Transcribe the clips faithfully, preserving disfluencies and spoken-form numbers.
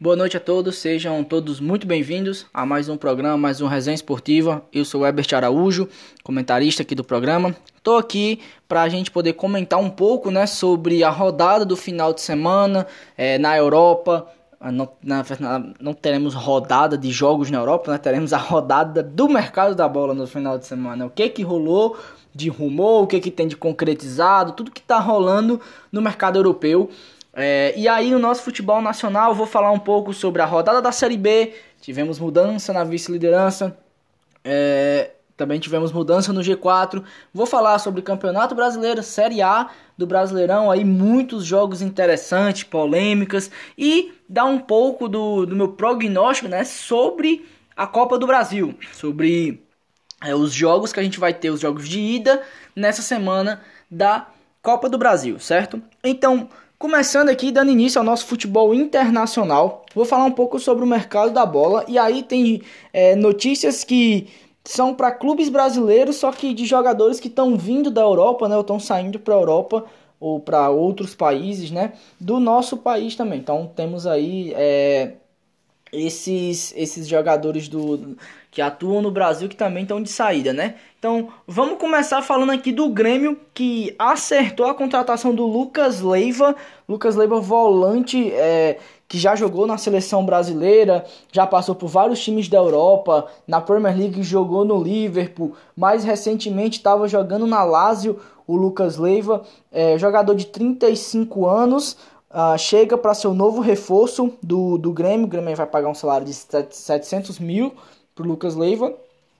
Boa noite a todos, sejam todos muito bem-vindos a mais um programa, mais um Resenha Esportiva. Eu sou o Herbert Araújo, comentarista aqui do programa. Estou aqui para a gente poder comentar um pouco, né, sobre a rodada do final de semana é, na Europa. Não, na, não teremos rodada de jogos na Europa, né? Teremos a rodada do mercado da bola no final de semana. O que que rolou de rumor, o que que tem de concretizado, tudo que está rolando no mercado europeu. É, e aí no nosso futebol nacional eu vou falar um pouco sobre a rodada da Série B. Tivemos mudança na vice-liderança, é, também tivemos mudança no G quatro. Vou falar sobre Campeonato Brasileiro, Série A do Brasileirão, aí muitos jogos interessantes, polêmicas, e dar um pouco do, do meu prognóstico, né, sobre a Copa do Brasil, sobre é, os jogos que a gente vai ter, os jogos de ida nessa semana da Copa do Brasil, certo? Então, começando aqui, dando início ao nosso futebol internacional, vou falar um pouco sobre o mercado da bola. E aí tem é, notícias que são para clubes brasileiros, só que de jogadores que estão vindo da Europa, né, ou estão saindo para a Europa ou para outros países, né, do nosso país também. Então temos aí é, esses, esses jogadores do, que atuam no Brasil que também estão de saída, né? Então vamos começar falando aqui do Grêmio, que acertou a contratação do Lucas Leiva. Lucas Leiva, volante, é, que já jogou na seleção brasileira, já passou por vários times da Europa, na Premier League jogou no Liverpool, mais recentemente estava jogando na Lazio. O Lucas Leiva, é, jogador de trinta e cinco anos, uh, chega para ser o novo reforço do, do Grêmio. O Grêmio vai pagar um salário de setecentos mil para o Lucas Leiva.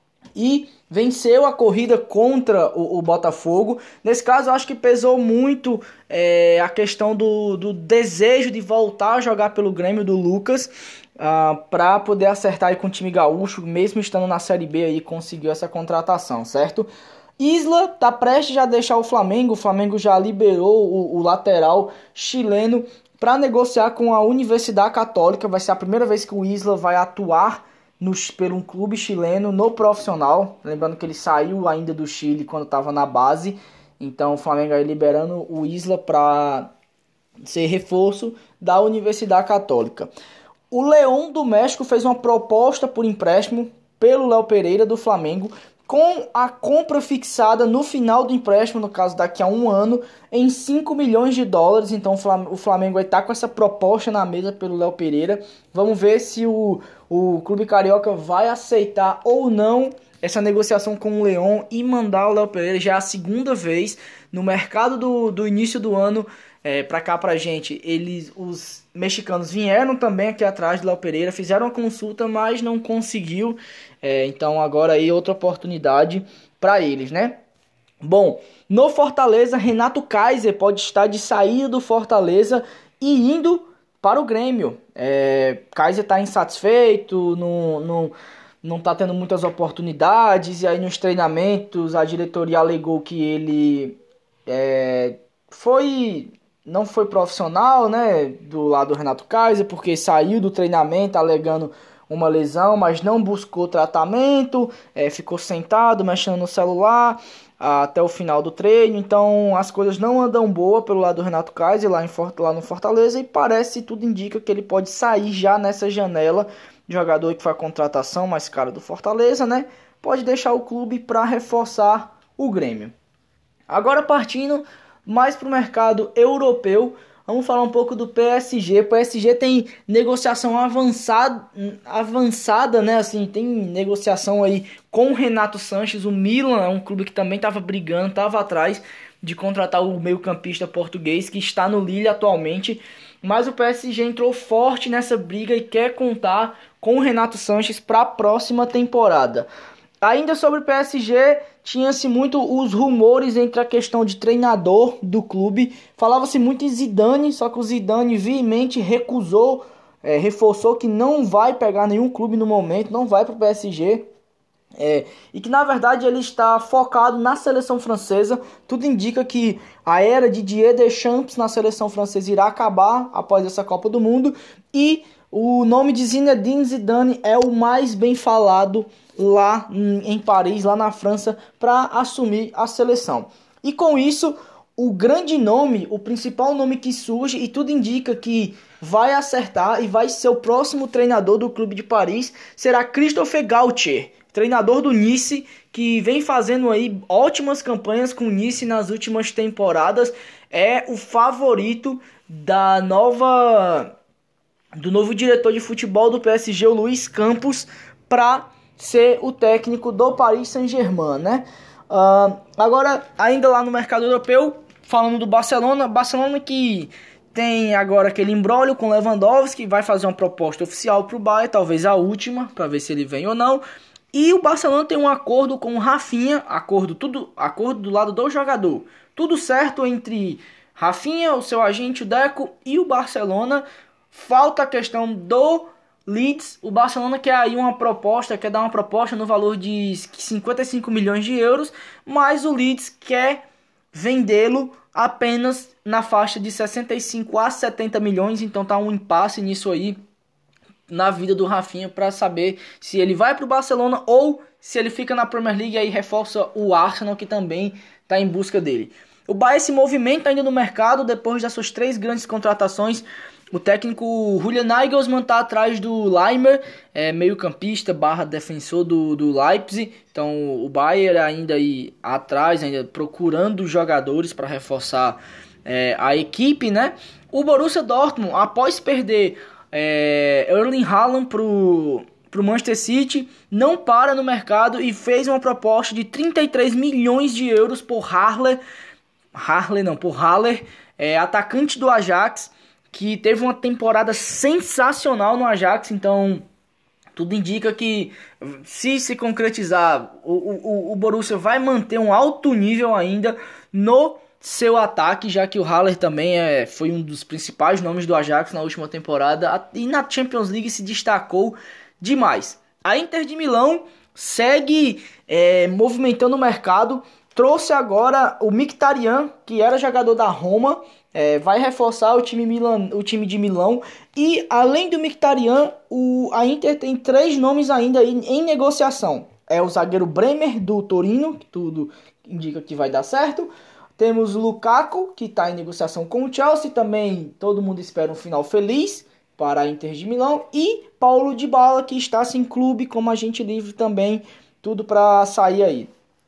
E venceu a corrida contra o, o Botafogo. Nesse caso, eu acho que pesou muito é, a questão do, do desejo de voltar a jogar pelo Grêmio do Lucas, uh, para poder acertar aí com o time gaúcho, mesmo estando na Série B, aí conseguiu essa contratação, certo? Isla tá prestes a deixar o Flamengo. O Flamengo já liberou o, o lateral chileno para negociar com a Universidade Católica. Vai ser a primeira vez que o Isla vai atuar no, pelo um clube chileno no profissional. Lembrando que ele saiu ainda do Chile quando estava na base. Então o Flamengo aí liberando o Isla para ser reforço da Universidade Católica. O León do México fez uma proposta por empréstimo pelo Léo Pereira do Flamengo, com a compra fixada no final do empréstimo, no caso daqui a um ano, em cinco milhões de dólares. Então o Flamengo vai estar com essa proposta na mesa pelo Léo Pereira. Vamos ver se o, o Clube Carioca vai aceitar ou não essa negociação com o León e mandar o Léo Pereira. Já é a segunda vez no mercado do, do início do ano é, para cá pra gente. Eles, os mexicanos vieram também aqui atrás do Léo Pereira, fizeram uma consulta, mas não conseguiu. É, então agora aí outra oportunidade para eles, né? Bom, no Fortaleza, Renato Kaiser pode estar de saída do Fortaleza e indo para o Grêmio. É, Kaiser está insatisfeito, não, não, não tá tendo muitas oportunidades, e aí nos treinamentos a diretoria alegou que ele é, foi... não foi profissional, né, do lado do Renato Kaiser, porque saiu do treinamento alegando uma lesão, mas não buscou tratamento, é, ficou sentado, mexendo no celular até o final do treino. Então as coisas não andam boa pelo lado do Renato Kaiser lá, em, lá no Fortaleza, e parece, tudo indica que ele pode sair já nessa janela. Jogador que foi a contratação mais cara do Fortaleza, né, pode deixar o clube para reforçar o Grêmio. Agora partindo mais para o mercado europeu, vamos falar um pouco do P S G. O P S G tem negociação avançada, avançada, né? Assim, tem negociação aí com o Renato Sanches. O Milan é um clube que também estava brigando, estava atrás de contratar o meio-campista português, que está no Lille atualmente. Mas o P S G entrou forte nessa briga e quer contar com o Renato Sanches para a próxima temporada. Ainda sobre o P S G, tinha-se muito os rumores entre a questão de treinador do clube. Falava-se muito em Zidane, só que o Zidane veemente recusou, é, reforçou que não vai pegar nenhum clube no momento, não vai para o P S G. É, e que na verdade ele está focado na seleção francesa. Tudo indica que a era de Didier Deschamps na seleção francesa irá acabar após essa Copa do Mundo. E o nome de Zinedine Zidane é o mais bem falado lá em Paris, lá na França, para assumir a seleção. E com isso, o grande nome, o principal nome que surge, e tudo indica que vai acertar e vai ser o próximo treinador do Clube de Paris, será Christophe Galtier, treinador do Nice, que vem fazendo aí ótimas campanhas com o Nice nas últimas temporadas. É o favorito da nova do novo diretor de futebol do P S G, o Luiz Campos, para ser o técnico do Paris Saint-Germain, né? Uh, agora, ainda lá no mercado europeu, falando do Barcelona, Barcelona que tem agora aquele imbróglio com Lewandowski, vai fazer uma proposta oficial para o Bayern, talvez a última, para ver se ele vem ou não. E o Barcelona tem um acordo com o Rafinha, acordo, tudo, acordo do lado do jogador. Tudo certo entre Rafinha, o seu agente, o Deco, e o Barcelona. Falta a questão do Leeds. O Barcelona quer aí uma proposta, quer dar uma proposta no valor de cinquenta e cinco milhões de euros, mas o Leeds quer vendê-lo apenas na faixa de sessenta e cinco a setenta milhões, então tá um impasse nisso aí na vida do Rafinha para saber se ele vai para o Barcelona ou se ele fica na Premier League e aí reforça o Arsenal, que também está em busca dele. O Bayern se movimenta ainda no mercado depois das suas três grandes contratações. O técnico Julian Nagelsmann está atrás do Leimer, é, meio campista barra defensor do, do Leipzig. Então o Bayern ainda aí atrás, ainda procurando jogadores para reforçar é, a equipe, né? O Borussia Dortmund, após perder é, Erling Haaland pro pro Manchester City, não para no mercado e fez uma proposta de trinta e três milhões de euros por Haller, Haller não, por Haller, é, atacante do Ajax, que teve uma temporada sensacional no Ajax. Então tudo indica que, se se concretizar, o, o, o Borussia vai manter um alto nível ainda no seu ataque, já que o Haller também é, foi um dos principais nomes do Ajax na última temporada e na Champions League se destacou demais. A Inter de Milão segue é, movimentando o mercado, trouxe agora o Mkhitaryan, que era jogador da Roma, é, vai reforçar o time, Milan, o time de Milão. E além do Mkhitaryan, o, a Inter tem três nomes ainda em, em negociação. É o zagueiro Bremer do Torino, que tudo indica que vai dar certo. Temos o Lukaku, que está em negociação com o Chelsea, também todo mundo espera um final feliz para a Inter de Milão. E Paulo Dybala, que está sem clube, como agente livre também, tudo para sair aí.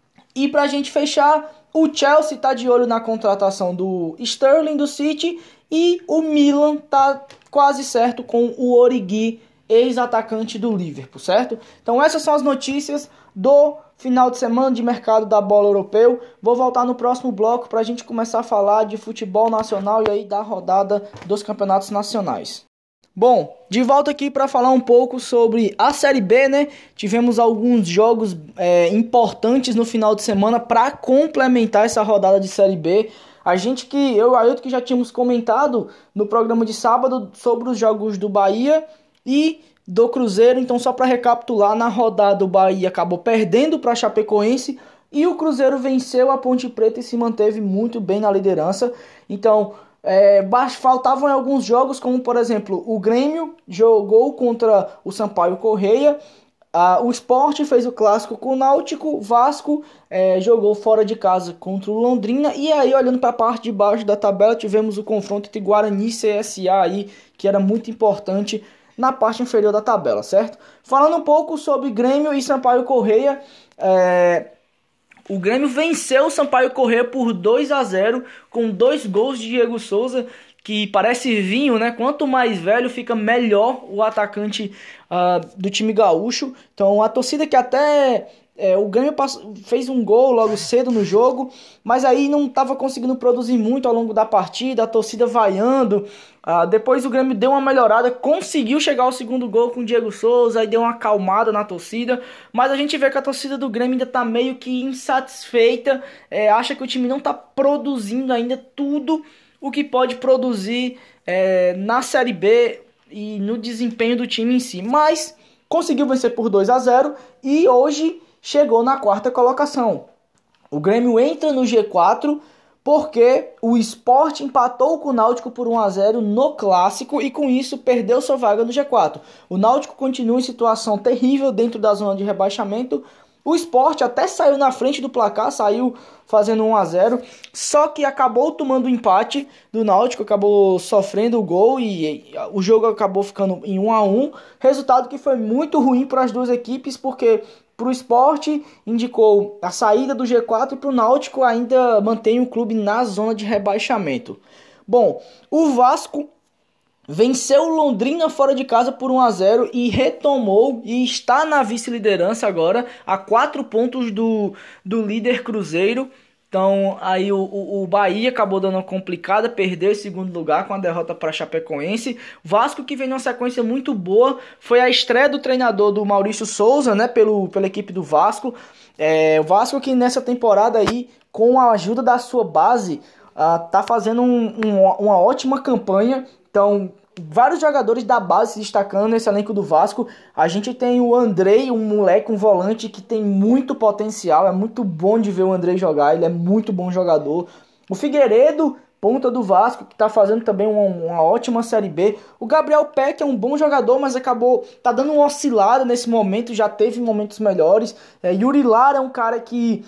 E para a gente fechar, o Chelsea está de olho na contratação do Sterling do City e o Milan está quase certo com o Origi, ex-atacante do Liverpool, certo? Então essas são as notícias do final de semana de mercado da bola europeu. Vou voltar no próximo bloco para a gente começar a falar de futebol nacional e aí da rodada dos campeonatos nacionais. Bom, de volta aqui para falar um pouco sobre a Série B, né? Tivemos alguns jogos é, importantes no final de semana para complementar essa rodada de Série B. A gente que, eu e o Ailton, que já tínhamos comentado no programa de sábado sobre os jogos do Bahia e do Cruzeiro. Então, só para recapitular, na rodada o Bahia acabou perdendo para a Chapecoense e o Cruzeiro venceu a Ponte Preta e se manteve muito bem na liderança. Então, É, faltavam alguns jogos, como por exemplo, o Grêmio jogou contra o Sampaio Corrêa, ah, o Sport fez o clássico com o Náutico, Vasco é, jogou fora de casa contra o Londrina, e aí olhando para a parte de baixo da tabela tivemos o confronto entre Guarani e C S A aí, que era muito importante na parte inferior da tabela, certo? Falando um pouco sobre Grêmio e Sampaio Corrêa, é... o Grêmio venceu o Sampaio Corrêa por dois a zero, com dois gols de Diego Souza, que parece vinho, né? Quanto mais velho, fica melhor o atacante uh, do time gaúcho. Então a torcida que até... É, o Grêmio passou, fez um gol logo cedo no jogo, mas aí não estava conseguindo produzir muito ao longo da partida, a torcida vaiando. Uh, depois o Grêmio deu uma melhorada, conseguiu chegar ao segundo gol com o Diego Souza, aí deu uma acalmada na torcida, mas a gente vê que a torcida do Grêmio ainda está meio que insatisfeita, é, acha que o time não está produzindo ainda tudo o que pode produzir é, na Série B e no desempenho do time em si, mas conseguiu vencer por dois a zero e hoje chegou na quarta colocação. O Grêmio entra no G quatro porque o Sport empatou com o Náutico por um a zero no Clássico e com isso perdeu sua vaga no G quatro. O Náutico continua em situação terrível dentro da zona de rebaixamento O Sport até saiu na frente do placar, saiu fazendo um a zero, só que acabou tomando o empate do Náutico, acabou sofrendo o gol e o jogo acabou ficando em um a um, resultado que foi muito ruim para as duas equipes, porque para o Sport indicou a saída do G quatro e para o Náutico ainda mantém o clube na zona de rebaixamento. Bom, o Vasco venceu o Londrina fora de casa por um a zero e retomou e está na vice-liderança agora, a quatro pontos do, do líder Cruzeiro. Então aí o, o, o Bahia acabou dando uma complicada, perdeu o segundo lugar com a derrota para a Chapecoense. Vasco, que vem numa sequência muito boa, foi a estreia do treinador do Maurício Souza, né, pelo, pela equipe do Vasco. É, o Vasco que nessa temporada aí, com a ajuda da sua base, uh, tá fazendo um, um, uma ótima campanha. Então, vários jogadores da base se destacando nesse elenco do Vasco. A gente tem o Andrei, um moleque, um volante que tem muito potencial. É muito bom de ver o Andrei jogar, ele é muito bom jogador. O Figueiredo, ponta do Vasco, que está fazendo também uma, uma ótima Série B. O Gabriel Peck é um bom jogador, mas acabou tá dando uma oscilada nesse momento, já teve momentos melhores. É, Yuri Lara é um cara que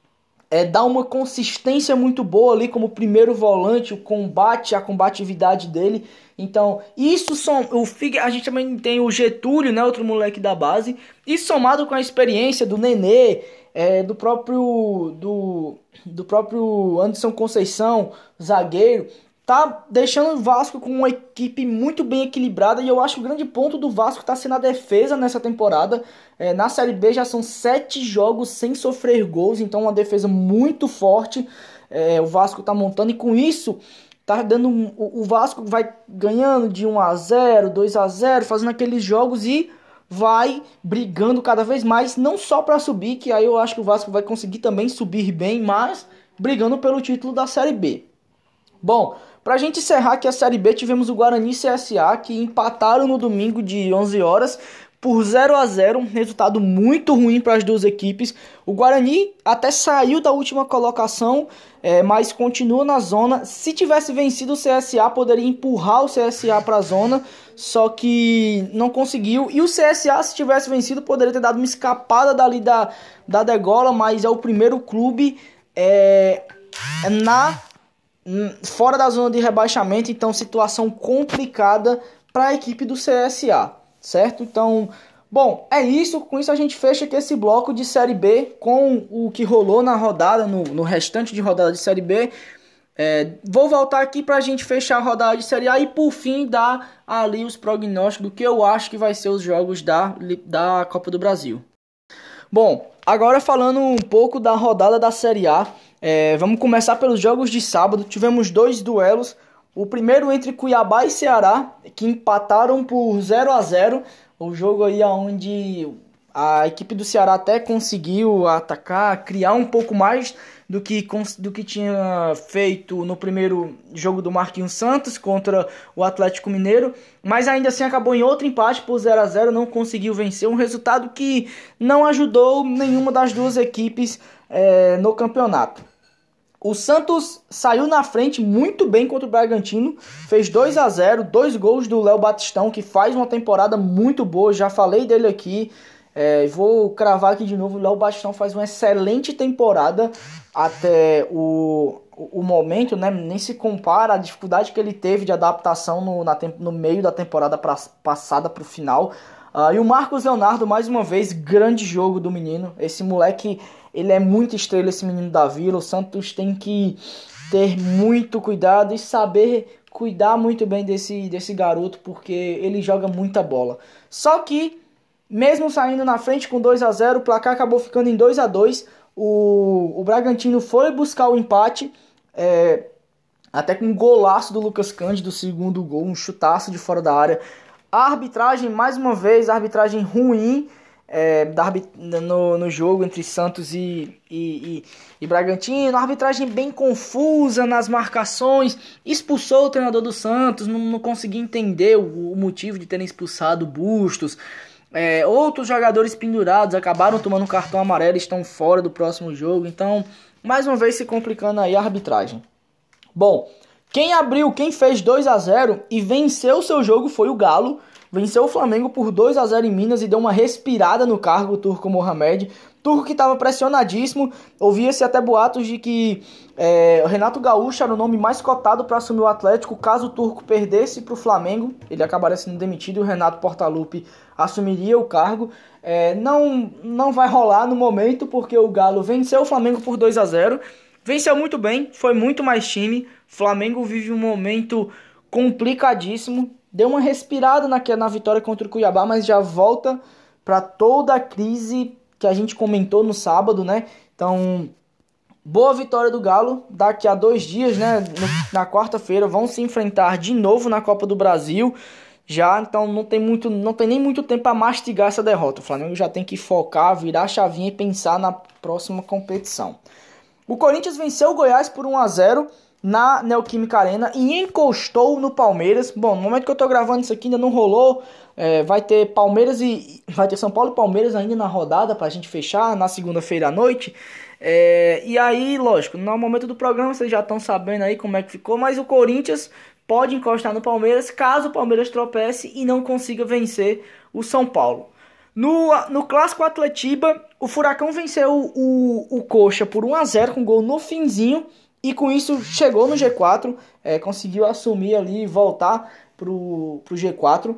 É, dá uma consistência muito boa ali como primeiro volante, o combate, a combatividade dele. Então, isso som, o Figue, a gente também tem o Getúlio, né, outro moleque da base. E somado com a experiência do Nenê, é, do próprio do, do próprio Anderson Conceição, zagueiro, tá deixando o Vasco com uma equipe muito bem equilibrada. E eu acho que o grande ponto do Vasco está sendo a defesa nessa temporada. É, na Série B já são sete jogos sem sofrer gols, então uma defesa muito forte. É, o Vasco está montando e com isso tá dando um, o, o Vasco vai ganhando de um a zero, dois a zero, fazendo aqueles jogos e vai brigando cada vez mais, não só para subir, que aí eu acho que o Vasco vai conseguir também subir bem, mas brigando pelo título da Série B. Bom, pra gente encerrar aqui a Série B, tivemos o Guarani e C S A que empataram no domingo de onze horas por zero a zero, um resultado muito ruim para as duas equipes. O Guarani até saiu da última colocação, é, mas continua na zona. Se tivesse vencido o C S A, poderia empurrar o C S A para a zona, só que não conseguiu. E o C S A, se tivesse vencido, poderia ter dado uma escapada dali da, da degola, mas é o primeiro clube é, na... fora da zona de rebaixamento, então situação complicada para a equipe do C S A, certo? Então, bom, é isso, com isso a gente fecha aqui esse bloco de Série B com o que rolou na rodada, no, no restante de rodada de Série B. É, vou voltar aqui para a gente fechar a rodada de Série A e por fim dar ali os prognósticos do que eu acho que vai ser os jogos da, da Copa do Brasil. Bom, agora falando um pouco da rodada da Série A, É, vamos começar pelos jogos de sábado. Tivemos dois duelos. O primeiro entre Cuiabá e Ceará, que empataram por zero a zero. O jogo aí onde a equipe do Ceará até conseguiu atacar, criar um pouco mais do que, do que tinha feito no primeiro jogo do Marquinhos Santos contra o Atlético Mineiro. Mas ainda assim acabou em outro empate por zero a zero, não conseguiu vencer. Um resultado que não ajudou nenhuma das duas equipes é, no campeonato. O Santos saiu na frente muito bem contra o Bragantino, fez dois a zero, dois gols do Léo Batistão, que faz uma temporada muito boa, já falei dele aqui, é, vou cravar aqui de novo, o Léo Batistão faz uma excelente temporada até o, o, o momento, né? Nem se compara a dificuldade que ele teve de adaptação no, na, no meio da temporada pra, passada para o final. Uh, e o Marcos Leonardo, mais uma vez, grande jogo do menino, esse moleque... Ele é muito estrela, esse menino da Vila. O Santos tem que ter muito cuidado e saber cuidar muito bem desse, desse garoto, porque ele joga muita bola. Só que, mesmo saindo na frente com dois a zero, o placar acabou ficando em dois a dois. O, o Bragantino foi buscar o empate, é, até com um golaço do Lucas Cândido, segundo gol, um chutaço de fora da área. A arbitragem, mais uma vez, a arbitragem ruim, É, da, no, no jogo entre Santos e, e, e, e Bragantino, a arbitragem bem confusa nas marcações, expulsou o treinador do Santos, não, não consegui entender o, o motivo de terem expulsado o Bustos. É, outros jogadores pendurados acabaram tomando um cartão amarelo e estão fora do próximo jogo, então mais uma vez se complicando aí a arbitragem. Bom, quem abriu, quem fez dois a zero e venceu o seu jogo foi o Galo. Venceu o Flamengo por dois a zero em Minas e deu uma respirada no cargo, o Turco Mohamed. Turco que estava pressionadíssimo, ouvia-se até boatos de que é, o Renato Gaúcho era o nome mais cotado para assumir o Atlético caso o Turco perdesse para o Flamengo, ele acabaria sendo demitido e o Renato Portaluppi assumiria o cargo. É, não, não vai rolar no momento porque o Galo venceu o Flamengo por dois a zero, venceu muito bem, foi muito mais time. O Flamengo vive um momento complicadíssimo, deu uma respirada na, na vitória contra o Cuiabá, mas já volta para toda a crise que a gente comentou no sábado, né? Então, boa vitória do Galo. Daqui a dois dias, né? No, na quarta-feira, vão se enfrentar de novo na Copa do Brasil. Já, então não tem, muito, não tem nem muito tempo para mastigar essa derrota. O Flamengo já tem que focar, virar a chavinha e pensar na próxima competição. O Corinthians venceu o Goiás por um a zero na Neoquímica Arena e encostou no Palmeiras. Bom, no momento que eu tô gravando isso aqui ainda não rolou. É, vai ter Palmeiras e vai ter São Paulo e Palmeiras ainda na rodada pra gente fechar na segunda-feira à noite. É, e aí, lógico, no momento do programa vocês já estão sabendo aí como é que ficou, mas o Corinthians pode encostar no Palmeiras caso o Palmeiras tropece e não consiga vencer o São Paulo. No, no Clássico Atletiba, o Furacão venceu o, o, o Coxa por um a zero com gol no finzinho e com isso chegou no G quatro, é, conseguiu assumir ali e voltar pro, pro G quatro.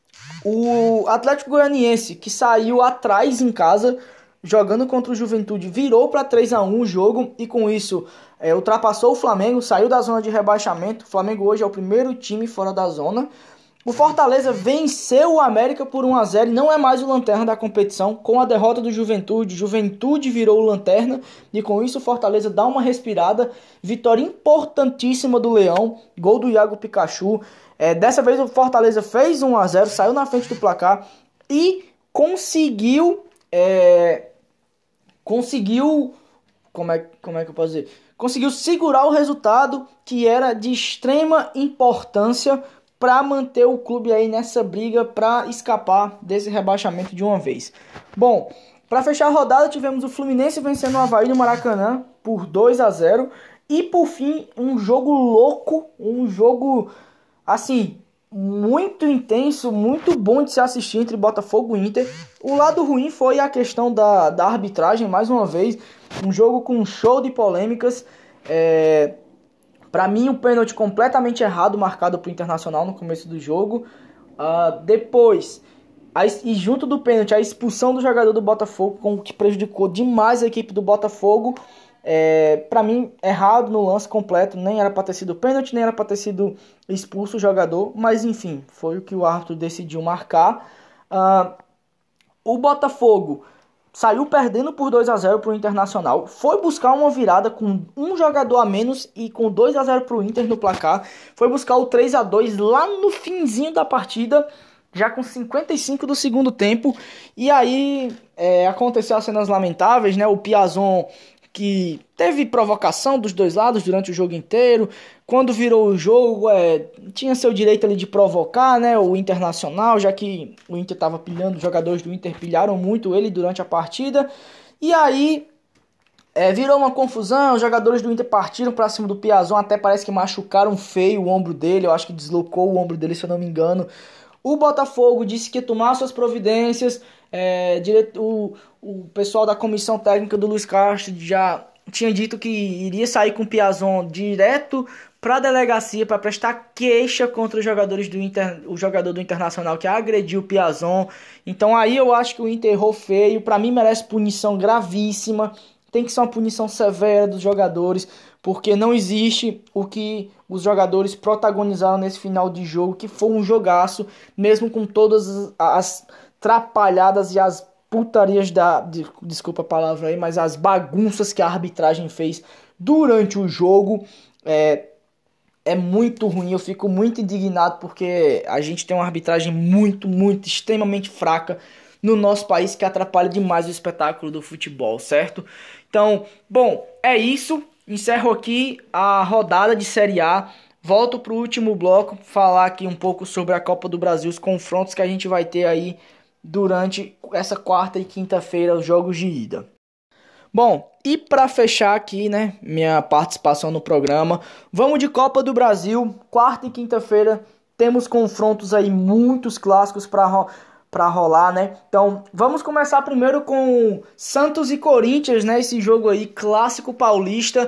O Atlético Goianiense, que saiu atrás em casa, jogando contra o Juventude, virou para três a um o jogo e com isso é, ultrapassou o Flamengo, saiu da zona de rebaixamento. O Flamengo hoje é o primeiro time fora da zona. O Fortaleza venceu o América por um a zero e não é mais o lanterna da competição. Com a derrota do Juventude, Juventude virou o lanterna e com isso o Fortaleza dá uma respirada. Vitória importantíssima do Leão, gol do Iago Pikachu. É, dessa vez o Fortaleza fez um a zero, saiu na frente do placar e conseguiu... É, conseguiu... Como é, como é que eu posso dizer? Conseguiu segurar o resultado que era de extrema importância para manter o clube aí nessa briga para escapar desse rebaixamento de uma vez. Bom, para fechar a rodada tivemos o Fluminense vencendo o Avaí no Maracanã por dois a zero e por fim um jogo louco, um jogo assim muito intenso, muito bom de se assistir entre Botafogo e Inter. O lado ruim foi a questão da, da arbitragem, mais uma vez, um jogo com um show de polêmicas. É... Para mim, um pênalti completamente errado marcado para o Internacional no começo do jogo. Uh, depois, a, e junto do pênalti, a expulsão do jogador do Botafogo, com, que prejudicou demais a equipe do Botafogo. É, para mim, errado no lance completo. Nem era para ter sido pênalti, nem era para ter sido expulso o jogador. Mas, enfim, foi o que o árbitro decidiu marcar. Uh, o Botafogo saiu perdendo por dois a zero para o Internacional, foi buscar uma virada com um jogador a menos e com dois a zero para o Inter no placar, foi buscar o três a dois lá no finzinho da partida, já com cinquenta e cinco do segundo tempo, e aí é, aconteceu as cenas lamentáveis, né? O Piazon, que teve provocação dos dois lados durante o jogo inteiro, quando virou o jogo, é, tinha seu direito ali de provocar, né, o Internacional, já que o Inter estava pilhando, os jogadores do Inter pilharam muito ele durante a partida, e aí é, virou uma confusão, os jogadores do Inter partiram para cima do Piazon, até parece que machucaram feio o ombro dele, eu acho que deslocou o ombro dele, se eu não me engano. O Botafogo disse que ia tomar suas providências, é, direto, o, o pessoal da comissão técnica do Luiz Castro já tinha dito que iria sair com o Piazon direto para a delegacia para prestar queixa contra os jogadores do Inter, o jogador do Internacional que agrediu o Piazon. Então aí eu acho que o Inter errou feio, para mim merece punição gravíssima, tem que ser uma punição severa dos jogadores, porque não existe o que os jogadores protagonizaram nesse final de jogo, que foi um jogaço, mesmo com todas as trapalhadas e as putarias da... Desculpa a palavra aí, mas as bagunças que a arbitragem fez durante o jogo. É, é muito ruim, eu fico muito indignado, porque a gente tem uma arbitragem muito, muito, extremamente fraca no nosso país, que atrapalha demais o espetáculo do futebol, certo? Então, bom, é isso. Encerro aqui a rodada de Série A. Volto para o último bloco, falar aqui um pouco sobre a Copa do Brasil, os confrontos que a gente vai ter aí durante essa quarta e quinta-feira, os jogos de ida. Bom, e para fechar aqui, né, minha participação no programa, vamos de Copa do Brasil. Quarta e quinta-feira temos confrontos aí, muitos clássicos para para rolar, né? Então, vamos começar primeiro com Santos e Corinthians, né? Esse jogo aí, clássico paulista.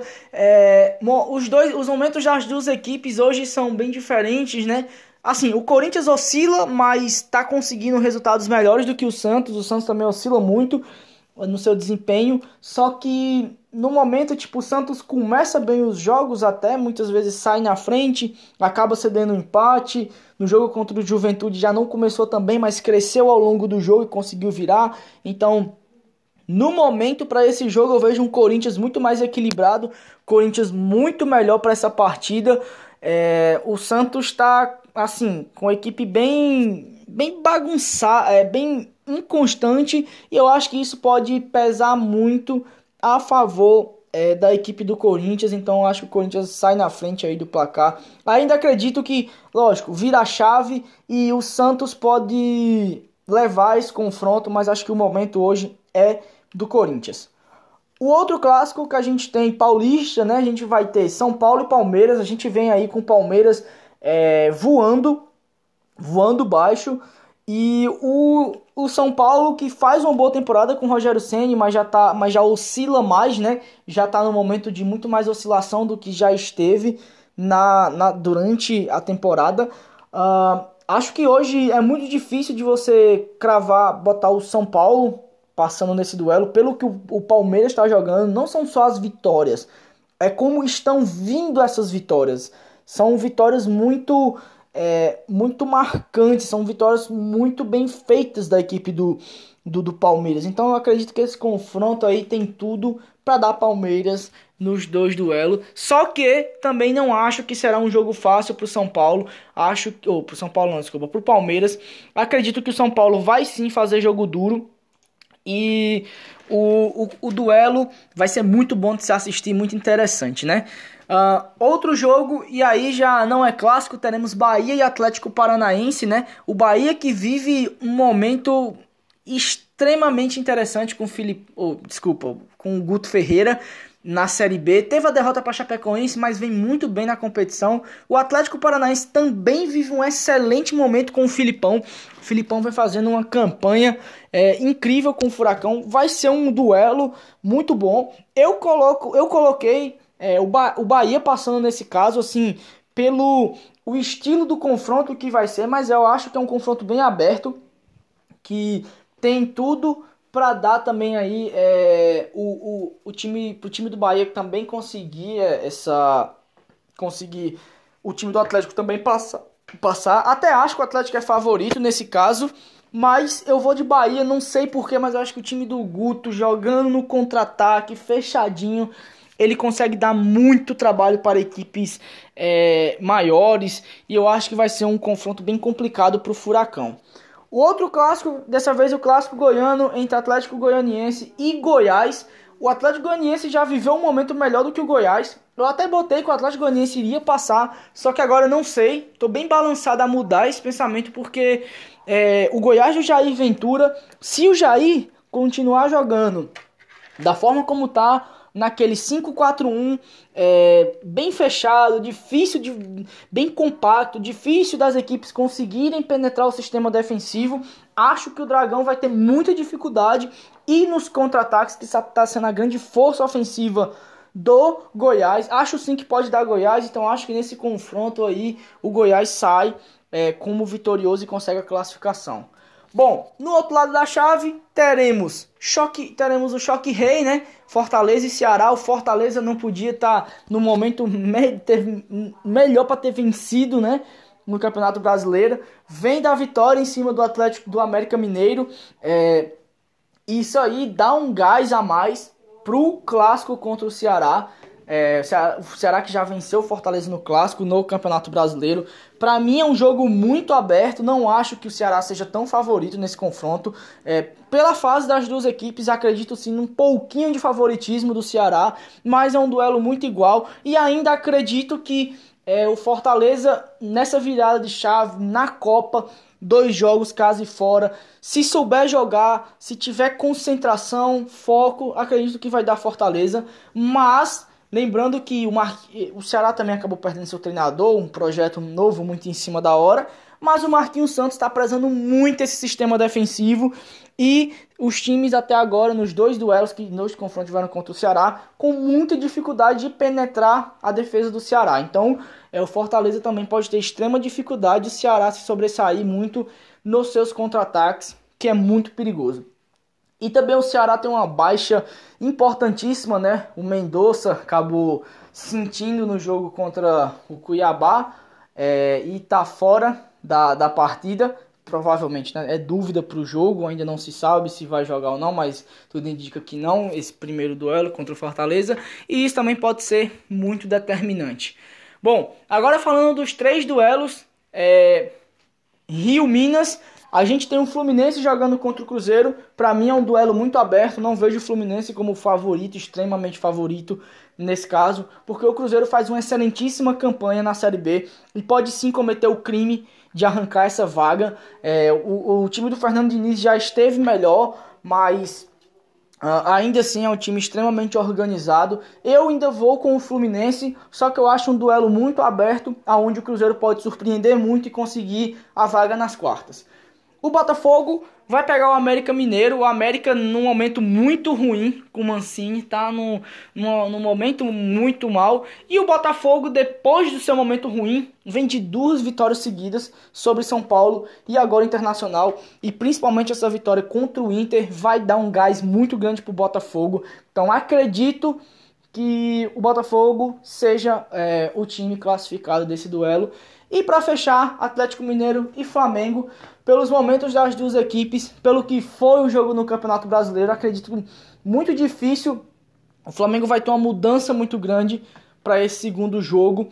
É, os, dois, os momentos das duas equipes hoje são bem diferentes, né? Assim, o Corinthians oscila, mas tá conseguindo resultados melhores do que o Santos. O Santos também oscila muito no seu desempenho, só que no momento, tipo, o Santos começa bem os jogos até, muitas vezes sai na frente, acaba cedendo um empate. No jogo contra o Juventude já não começou tão bem, mas cresceu ao longo do jogo e conseguiu virar. Então, no momento, para esse jogo, eu vejo um Corinthians muito mais equilibrado, Corinthians muito melhor para essa partida. É, o Santos está, assim, com a equipe bem, bem bagunçada, é, bem inconstante, e eu acho que isso pode pesar muito a favor é, da equipe do Corinthians. Então eu acho que o Corinthians sai na frente aí do placar. Ainda acredito que, lógico, vira a chave e o Santos pode levar esse confronto, mas acho que o momento hoje é do Corinthians. O outro clássico que a gente tem paulista, né? A gente vai ter São Paulo e Palmeiras. A gente vem aí com o Palmeiras é, voando, voando baixo. E o, o São Paulo, que faz uma boa temporada com o Rogério Ceni, mas já tá, mas já oscila mais, né? Já tá no momento de muito mais oscilação do que já esteve na, na, durante a temporada. Uh, acho que hoje é muito difícil de você cravar, botar o São Paulo passando nesse duelo. Pelo que o, o Palmeiras está jogando, não são só as vitórias, é como estão vindo essas vitórias. São vitórias muito... É, muito marcantes, são vitórias muito bem feitas da equipe do, do, do Palmeiras. Então eu acredito que esse confronto aí tem tudo para dar Palmeiras nos dois duelos. Só que também não acho que será um jogo fácil para o São Paulo. Acho ou para o São Paulo não, desculpa, para o Palmeiras. Acredito que o São Paulo vai sim fazer jogo duro. E o, o, o duelo vai ser muito bom de se assistir, muito interessante, né? Uh, outro jogo, e aí já não é clássico, teremos Bahia e Atlético Paranaense, né? O Bahia que vive um momento extremamente interessante com o Felipe, oh, desculpa, com o Guto Ferreira na Série B. Teve a derrota para Chapecoense, mas vem muito bem na competição. O Atlético Paranaense também vive um excelente momento com o Filipão. O Filipão vem fazendo uma campanha é, incrível com o Furacão. Vai ser um duelo muito bom. Eu coloco, eu coloquei É, o, ba- o Bahia passando nesse caso, assim, pelo o estilo do confronto que vai ser, mas eu acho que é um confronto bem aberto, que tem tudo para dar também aí é, o, o, o time, pro time do Bahia também conseguir essa, conseguir o time do Atlético também passar, passar. Até acho que o Atlético é favorito nesse caso, mas eu vou de Bahia, não sei porquê, mas eu acho que o time do Guto jogando no contra-ataque, fechadinho, ele consegue dar muito trabalho para equipes é, maiores, e eu acho que vai ser um confronto bem complicado para o Furacão. O outro clássico, dessa vez o clássico goiano entre Atlético Goianiense e Goiás. O Atlético Goianiense já viveu um momento melhor do que o Goiás. Eu até botei que o Atlético Goianiense iria passar, só que agora eu não sei. Estou bem balançado a mudar esse pensamento, porque é, o Goiás do Jair Ventura, se o Jair continuar jogando da forma como está, naquele cinco quatro um, é, bem fechado, difícil, de, bem compacto, difícil das equipes conseguirem penetrar o sistema defensivo, acho que o Dragão vai ter muita dificuldade. E nos contra-ataques, que está sendo a grande força ofensiva do Goiás, acho sim que pode dar Goiás. Então acho que nesse confronto aí o Goiás sai é, como vitorioso e consegue a classificação. Bom, no outro lado da chave, teremos choque, teremos o choque rei, né? Fortaleza e Ceará. O Fortaleza não podia estar no momento me- ter, melhor para ter vencido, né? No Campeonato Brasileiro. Vem da vitória em cima do Atlético do América Mineiro. É, isso aí dá um gás a mais pro clássico contra o Ceará. É, o Ceará que já venceu o Fortaleza no clássico, no Campeonato Brasileiro. Para mim é um jogo muito aberto. Não acho que o Ceará seja tão favorito nesse confronto. É, pela fase das duas equipes, acredito sim num pouquinho de favoritismo do Ceará, mas é um duelo muito igual. E ainda acredito que é, o Fortaleza, nessa virada de chave, na Copa, dois jogos casa e fora, se souber jogar, se tiver concentração, foco, acredito que vai dar Fortaleza. Mas lembrando que o, Mar... o Ceará também acabou perdendo seu treinador, um projeto novo muito em cima da hora, mas o Marquinhos Santos está prezando muito esse sistema defensivo e os times até agora, nos dois duelos que nos confrontos tiveram contra o Ceará, com muita dificuldade de penetrar a defesa do Ceará. Então, é, o Fortaleza também pode ter extrema dificuldade de o Ceará se sobressair muito nos seus contra-ataques, que é muito perigoso. E também o Ceará tem uma baixa importantíssima, né? O Mendonça acabou sentindo no jogo contra o Cuiabá é, e está fora da, da partida. Provavelmente, né? É dúvida para o jogo, ainda não se sabe se vai jogar ou não, mas tudo indica que não, esse primeiro duelo contra o Fortaleza. E isso também pode ser muito determinante. Bom, agora falando dos três duelos, é, Rio-Minas, a gente tem o Fluminense jogando contra o Cruzeiro. Para mim é um duelo muito aberto, não vejo o Fluminense como favorito, extremamente favorito nesse caso, porque o Cruzeiro faz uma excelentíssima campanha na Série B e pode sim cometer o crime de arrancar essa vaga. É, o, o time do Fernando Diniz já esteve melhor, mas Uh, ainda assim é um time extremamente organizado. Eu ainda vou com o Fluminense, só que eu acho um duelo muito aberto, onde o Cruzeiro pode surpreender muito e conseguir a vaga nas quartas. O Botafogo vai pegar o América Mineiro. O América num momento muito ruim com o Mancini, tá num, num, num momento muito mal. E o Botafogo, depois do seu momento ruim, vem de duas vitórias seguidas sobre São Paulo e agora Internacional. E principalmente essa vitória contra o Inter vai dar um gás muito grande pro Botafogo. Então acredito que o Botafogo seja é, o time classificado desse duelo. E para fechar, Atlético Mineiro e Flamengo, pelos momentos das duas equipes, pelo que foi o jogo no Campeonato Brasileiro, acredito que muito difícil. O Flamengo vai ter uma mudança muito grande para esse segundo jogo.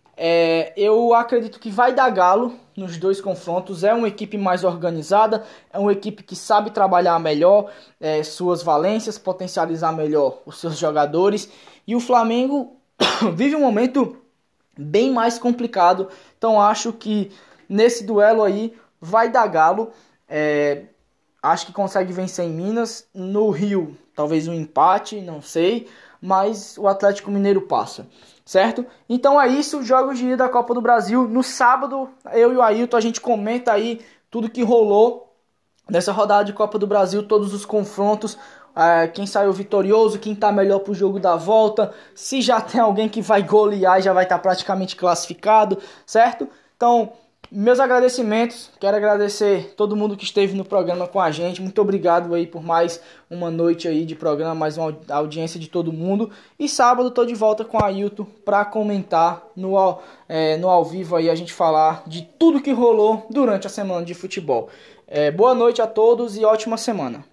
É, eu acredito que vai dar Galo nos dois confrontos. É uma equipe mais organizada, é uma equipe que sabe trabalhar melhor é, suas valências, potencializar melhor os seus jogadores. E o Flamengo vive um momento bem mais complicado. Então acho que nesse duelo aí vai dar Galo. É, acho que consegue vencer em Minas. No Rio, talvez um empate, não sei. Mas o Atlético Mineiro passa, certo? Então é isso, jogos de ida da Copa do Brasil. No sábado, eu e o Ailton, a gente comenta aí tudo que rolou nessa rodada de Copa do Brasil, todos os confrontos, é, quem saiu vitorioso, quem tá melhor pro jogo da volta, se já tem alguém que vai golear e já vai estar tá praticamente classificado, certo? Então, meus agradecimentos, quero agradecer todo mundo que esteve no programa com a gente, muito obrigado aí por mais uma noite aí de programa, mais uma audiência de todo mundo, e sábado tô de volta com a Ailton para comentar no, é, no ao vivo aí, a gente falar de tudo que rolou durante a semana de futebol. É, boa noite a todos e ótima semana.